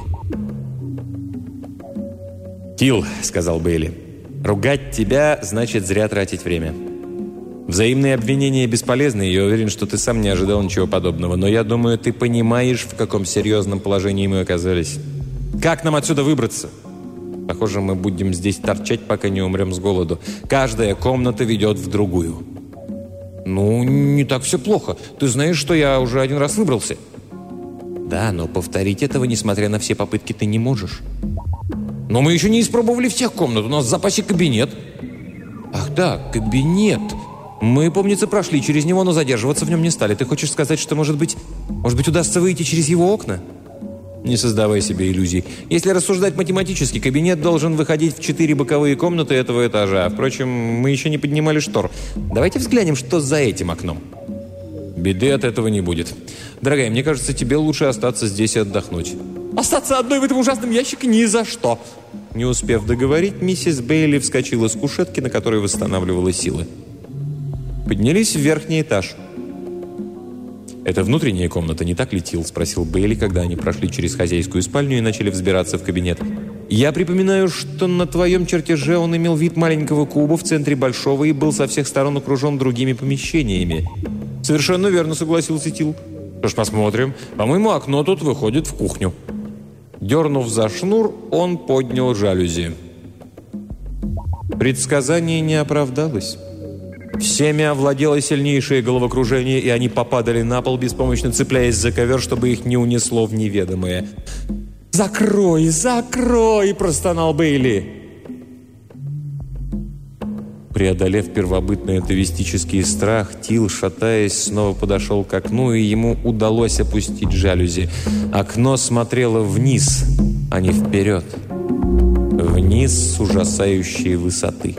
«Тил», — сказал Бейли, — «ругать тебя значит зря тратить время. Взаимные обвинения бесполезны, и я уверен, что ты сам не ожидал ничего подобного, но я думаю, ты понимаешь, в каком серьезном положении мы оказались. Как нам отсюда выбраться? Похоже, мы будем здесь торчать, пока не умрем с голоду. Каждая комната ведет в другую». «Ну, не так все плохо. Ты знаешь, что я уже 1 раз выбрался». «Да, но повторить этого, несмотря на все попытки, ты не можешь». «Но мы еще не испробовали всех комнат. У нас в запасе кабинет». «Ах да, кабинет. Мы, помнится, прошли через него, но задерживаться в нем не стали. Ты хочешь сказать, что, может быть, удастся выйти через его окна?» «Не создавай себе иллюзий. Если рассуждать математически, кабинет должен выходить в 4 боковые комнаты этого этажа. Впрочем, мы еще не поднимали штор. Давайте взглянем, что за этим окном». «Беды от этого не будет. Дорогая, мне кажется, тебе лучше остаться здесь и отдохнуть». «Остаться одной в этом ужасном ящике ни за что!» Не успев договорить, миссис Бейли вскочила с кушетки, на которой восстанавливала силы. Поднялись в верхний этаж. «Это внутренняя комната, не так ли, Тил?» – спросил Бейли, когда они прошли через хозяйскую спальню и начали взбираться в кабинет. Я припоминаю, что на твоем чертеже он имел вид маленького куба в центре большого и был со всех сторон окружен другими помещениями». «Совершенно верно», — согласился Тил. «Что ж, посмотрим. По-моему, окно тут выходит в кухню». Дернув за шнур, он поднял жалюзи. Предсказание не оправдалось. Всеми овладело сильнейшее головокружение, и они попадали на пол, беспомощно цепляясь за ковер, чтобы их не унесло в неведомое. «Закрой, закрой!» – простонал Бейли. Преодолев первобытный атовистический страх, Тил, шатаясь, снова подошел к окну, и ему удалось опустить жалюзи. Окно смотрело вниз, а не вперед. Вниз с ужасающей высоты.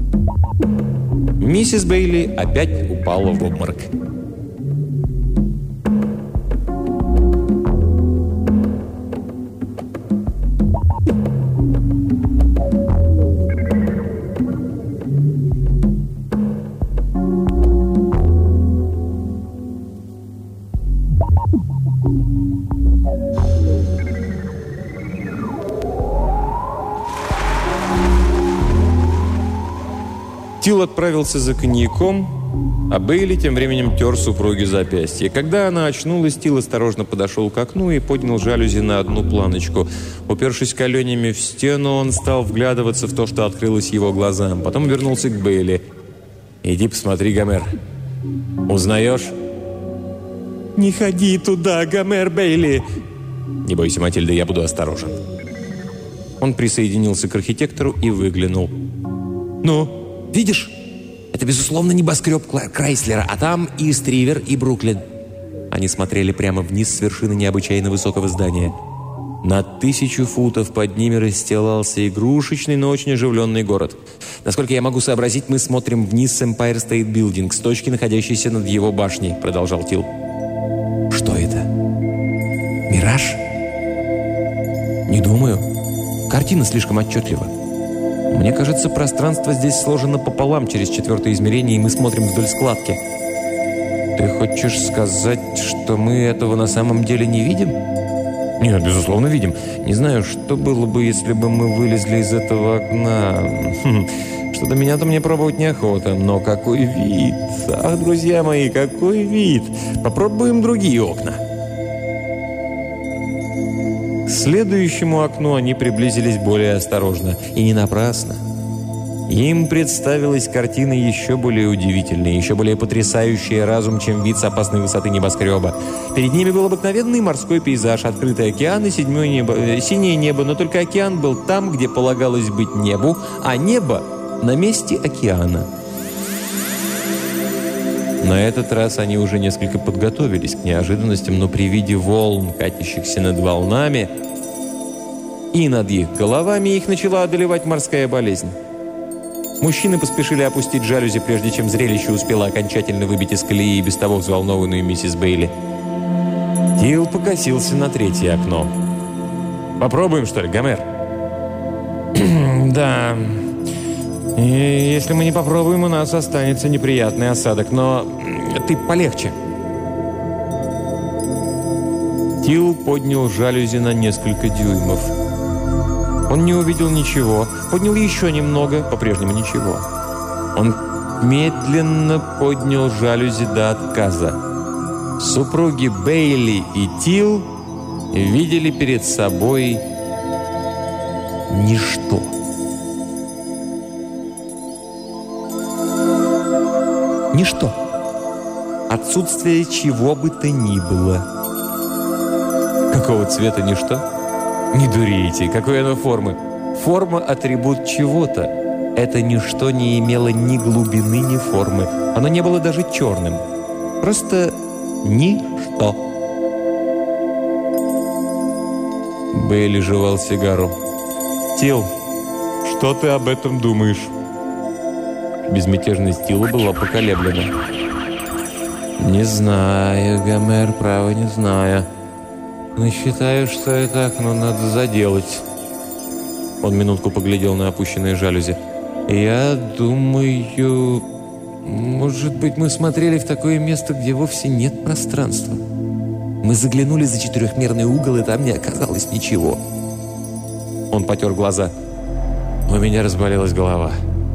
Миссис Бейли опять упала в обморок. Тил отправился за коньяком, а Бейли тем временем тер супруге запястье. Когда она очнулась, Тил осторожно подошел к окну и поднял жалюзи на одну планочку. Упершись коленями в стену, он стал вглядываться в то, что открылось его глазам. Потом вернулся к Бейли. «Иди посмотри, Гомер. Узнаешь?» «Не ходи туда, Гомер Бейли!» «Не бойся, Матильда, я буду осторожен». Он присоединился к архитектору и выглянул. «Ну?» «Видишь? Это, безусловно, небоскреб Крайслера, а там и Истривер, и Бруклин». Они смотрели прямо вниз с вершины необычайно высокого здания. На 1000 футов под ними расстилался игрушечный, но очень оживленный город. «Насколько я могу сообразить, мы смотрим вниз с Empire State Building, с точки, находящейся над его башней», — продолжал Тил. «Что это? Мираж?» «Не думаю. Картина слишком отчетлива. Мне кажется, пространство здесь сложено пополам через 4-е измерение, и мы смотрим вдоль складки». «Ты хочешь сказать, что мы этого на самом деле не видим?» «Нет, безусловно, видим. Не знаю, что было бы, если бы мы вылезли из этого окна. Что до меня-то мне пробовать неохота. Но какой вид! Ах, друзья мои, какой вид! Попробуем другие окна». К следующему окну они приблизились более осторожно. И не напрасно. Им представилась картина еще более удивительная, еще более потрясающая разум, чем вид с опасной высоты небоскреба. Перед ними был обыкновенный морской пейзаж, открытый океан и синее небо, но только океан был там, где полагалось быть небу, а небо на месте океана. На этот раз они уже несколько подготовились к неожиданностям, но при виде волн, катящихся над волнами, и над их головами их начала одолевать морская болезнь. Мужчины поспешили опустить жалюзи, прежде чем зрелище успело окончательно выбить из колеи и без того взволнованную миссис Бейли. Тил покосился на 3-е окно. «Попробуем, что ли, Гомер?» «Да. И если мы не попробуем, у нас останется неприятный осадок. Но ты полегче». Тил поднял жалюзи на несколько дюймов. Он не увидел ничего. Поднял еще немного, по-прежнему ничего. Он медленно поднял жалюзи до отказа. Супруги Бейли и Тил видели перед собой ничто. Ничто. Отсутствие чего бы то ни было. Какого цвета ничто? Не дурите, какой оно формы? Форма – атрибут чего-то. Это ничто не имело ни глубины, ни формы. Оно не было даже черным. Просто ничто. Бейли жевал сигару. «Тил, что ты об этом думаешь?» Безмятежность Тила была поколеблена. «Не знаю, Гомер, право не знаю. Но считаю, что это окно надо заделать». Он минутку поглядел на опущенные жалюзи. «Я думаю, может быть, мы смотрели в такое место, где вовсе нет пространства. Мы заглянули за 4-мерный угол, и там не оказалось ничего». Он потер глаза. У меня разболелась голова.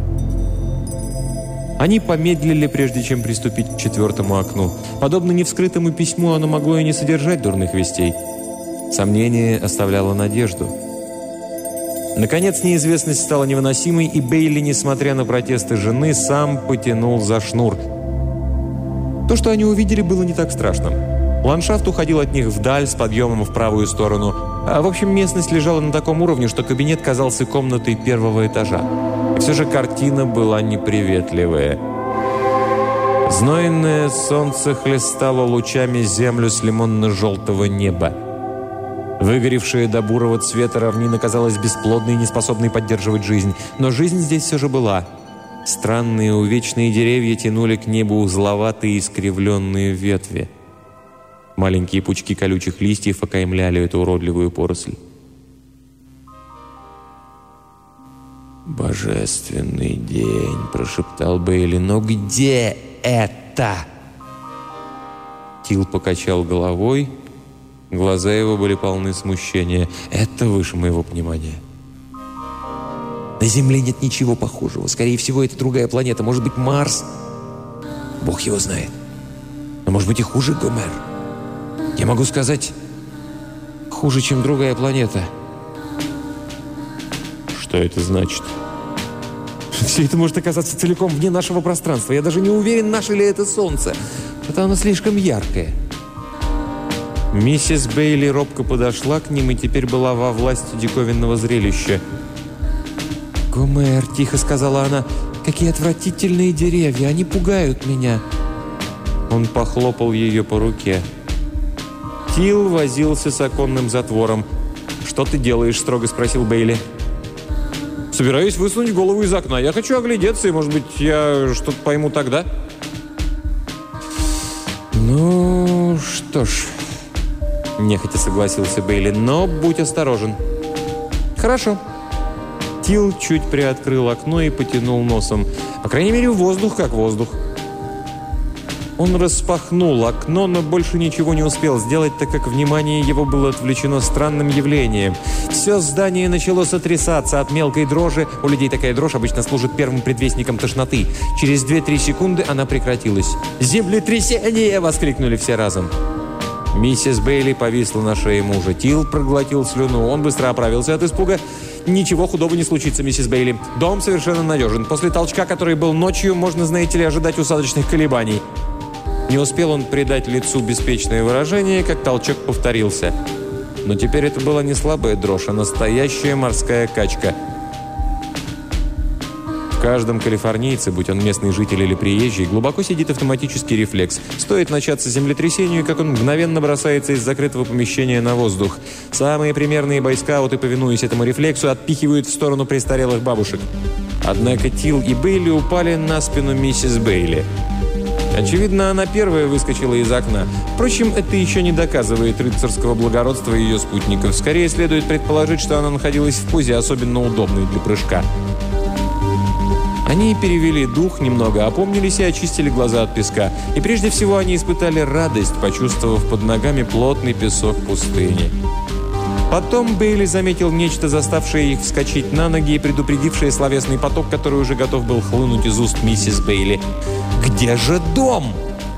Они помедлили, прежде чем приступить к 4-му окну. Подобно невскрытому письму, оно могло и не содержать дурных вестей. Сомнение оставляло надежду. Наконец, неизвестность стала невыносимой, и Бейли, несмотря на протесты жены, сам потянул за шнур. То, что они увидели, было не так страшно. Ландшафт уходил от них вдаль, с подъемом в правую сторону. В общем, местность лежала на таком уровне, что кабинет казался комнатой 1-го этажа. И все же картина была неприветливая. Знойное солнце хлестало лучами землю с лимонно-желтого неба. Выгоревшая до бурого цвета равнина казалась бесплодной и неспособной поддерживать жизнь. Но жизнь здесь все же была. Странные увечные деревья тянули к небу узловатые искривленные ветви. Маленькие пучки колючих листьев окаймляли эту уродливую поросль. «Божественный день!» – прошептал Бейли. «Но где это?» Тил покачал головой. Глаза его были полны смущения. «Это выше моего понимания». «На Земле нет ничего похожего. Скорее всего, это другая планета. Может быть, Марс? Бог его знает. Но может быть и хуже, Гомер. Я могу сказать, хуже, чем другая планета». «Что это значит?» «Все это может оказаться целиком вне нашего пространства. Я даже не уверен, наше ли это Солнце. Это оно слишком яркое». Миссис Бейли робко подошла к ним и теперь была во власти диковинного зрелища. «Гомер», — тихо сказала она, — «какие отвратительные деревья, они пугают меня». Он похлопал ее по руке. Тил возился с оконным затвором. «Что ты делаешь?» — строго спросил Бейли. «Собираюсь высунуть голову из окна. Я хочу оглядеться, и, может быть, я что-то пойму тогда». «Ну, что ж...» — нехотя согласился Бейли. «Но будь осторожен». «Хорошо». Тил чуть приоткрыл окно и потянул носом. По крайней мере, воздух как воздух. Он распахнул окно, но больше ничего не успел сделать, так как внимание его было отвлечено странным явлением. Все здание начало сотрясаться от мелкой дрожи. У людей такая дрожь обычно служит первым предвестником тошноты. Через 2-3 секунды она прекратилась. «Землетрясение!» — воскликнули все разом. Миссис Бейли повисла на шее мужа. Тил проглотил слюну. Он быстро оправился от испуга. «Ничего худого не случится, миссис Бейли. Дом совершенно надежен. После толчка, который был ночью, можно, знаете ли, ожидать усадочных колебаний». Не успел он придать лицу беспечное выражение, как толчок повторился. Но теперь это была не слабая дрожь, а настоящая морская качка. В каждом калифорнийце, будь он местный житель или приезжий, глубоко сидит автоматический рефлекс. Стоит начаться землетрясению, как он мгновенно бросается из закрытого помещения на воздух. Самые примерные бойскауты, повинуясь этому рефлексу, отпихивают в сторону престарелых бабушек. Однако Тил и Бейли упали на спину миссис Бейли. Очевидно, она первая выскочила из окна. Впрочем, это еще не доказывает рыцарского благородства ее спутников. Скорее следует предположить, что она находилась в позе, особенно удобной для прыжка. Они перевели дух, немного опомнились и очистили глаза от песка. И прежде всего они испытали радость, почувствовав под ногами плотный песок пустыни. Потом Бейли заметил нечто, заставшее их вскочить на ноги и предупредившее словесный поток, который уже готов был хлынуть из уст миссис Бейли. «Где же дом?»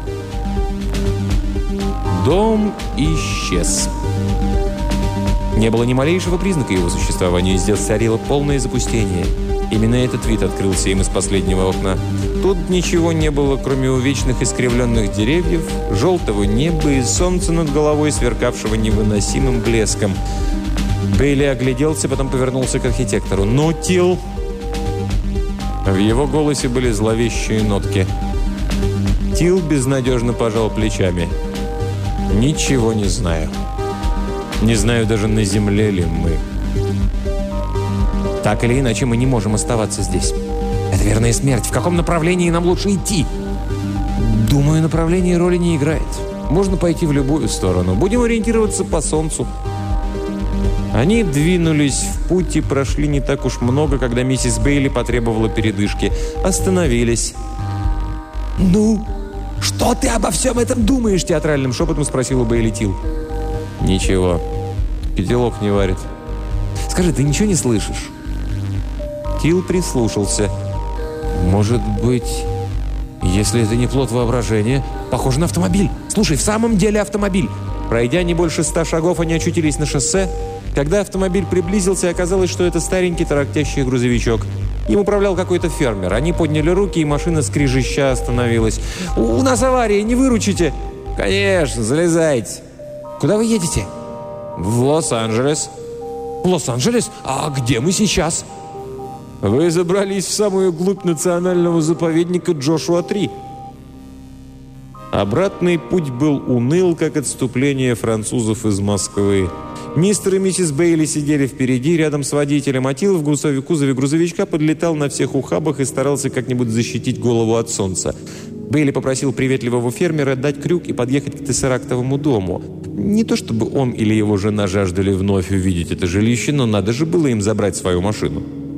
Дом исчез. Не было ни малейшего признака его существования, здесь царило полное запустение. Именно этот вид открылся им из последнего окна. Тут ничего не было, кроме увечных искривленных деревьев, желтого неба и солнца над головой, сверкавшего невыносимым блеском. Бейли огляделся, потом повернулся к архитектору. «Ну, Тил!» В его голосе были зловещие нотки. Тил безнадежно пожал плечами. «Ничего не знаю. Не знаю даже, на земле ли мы. Так или иначе, мы не можем оставаться здесь. Это верная смерть. В каком направлении нам лучше идти?» «Думаю, направление роли не играет. Можно пойти в любую сторону. Будем ориентироваться по солнцу». Они двинулись в путь и прошли не так уж много, когда миссис Бейли потребовала передышки. Остановились. «Ну, что ты обо всем этом думаешь?» — театральным шепотом спросил у Бейли Тил. «Ничего. Котелок не варит». Скажи, ты ничего не слышишь?» Тил прислушался. «Может быть, если это не плод воображения, похоже на автомобиль. Слушай, в самом деле автомобиль!» Пройдя не больше 100 шагов, они очутились на шоссе. Когда автомобиль приблизился, оказалось, что это старенький тарахтящий грузовичок. Им управлял какой-то фермер. Они подняли руки, и машина скрижища остановилась. «У нас авария, не выручите!» «Конечно, залезайте!» «Куда вы едете?» «В Лос-Анджелес». «В Лос-Анджелес? А где мы сейчас?» «Вы забрались в самую глубь национального заповедника Джошуа-3». Обратный путь был уныл, как отступление французов из Москвы. Мистер и миссис Бейли сидели впереди, рядом с водителем, а Тил в кузове грузовичка подлетал на всех ухабах и старался как-нибудь защитить голову от солнца. Бейли попросил приветливого фермера дать крюк и подъехать к тессерактовому дому. Не то чтобы он или его жена жаждали вновь увидеть это жилище, но надо же было им забрать свою машину.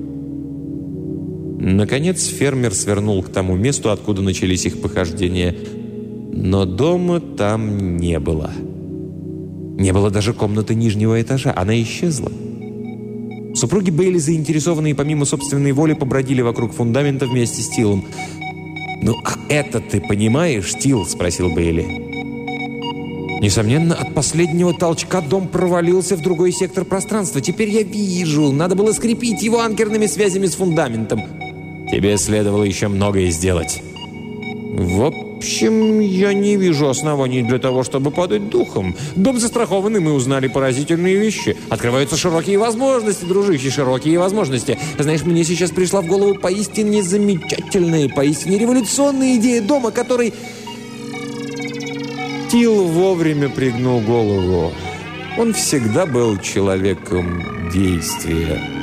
Наконец фермер свернул к тому месту, откуда начались их похождения. Но дома там не было. Не было даже комнаты нижнего этажа. Она исчезла. Супруги Бейли, заинтересованные помимо собственной воли, побродили вокруг фундамента вместе с Тилом. «Ну, а это ты понимаешь, Тил?» – спросил Бейли. «Несомненно, от последнего толчка дом провалился в другой сектор пространства. Теперь я вижу. Надо было скрепить его анкерными связями с фундаментом. Тебе следовало еще многое сделать». «В общем, я не вижу оснований для того, чтобы падать духом. Дом застрахован, и мы узнали поразительные вещи. Открываются широкие возможности, дружище, широкие возможности. Знаешь, мне сейчас пришла в голову поистине замечательная, поистине революционная идея дома, который...» Тил вовремя пригнул голову. Он всегда был человеком действия.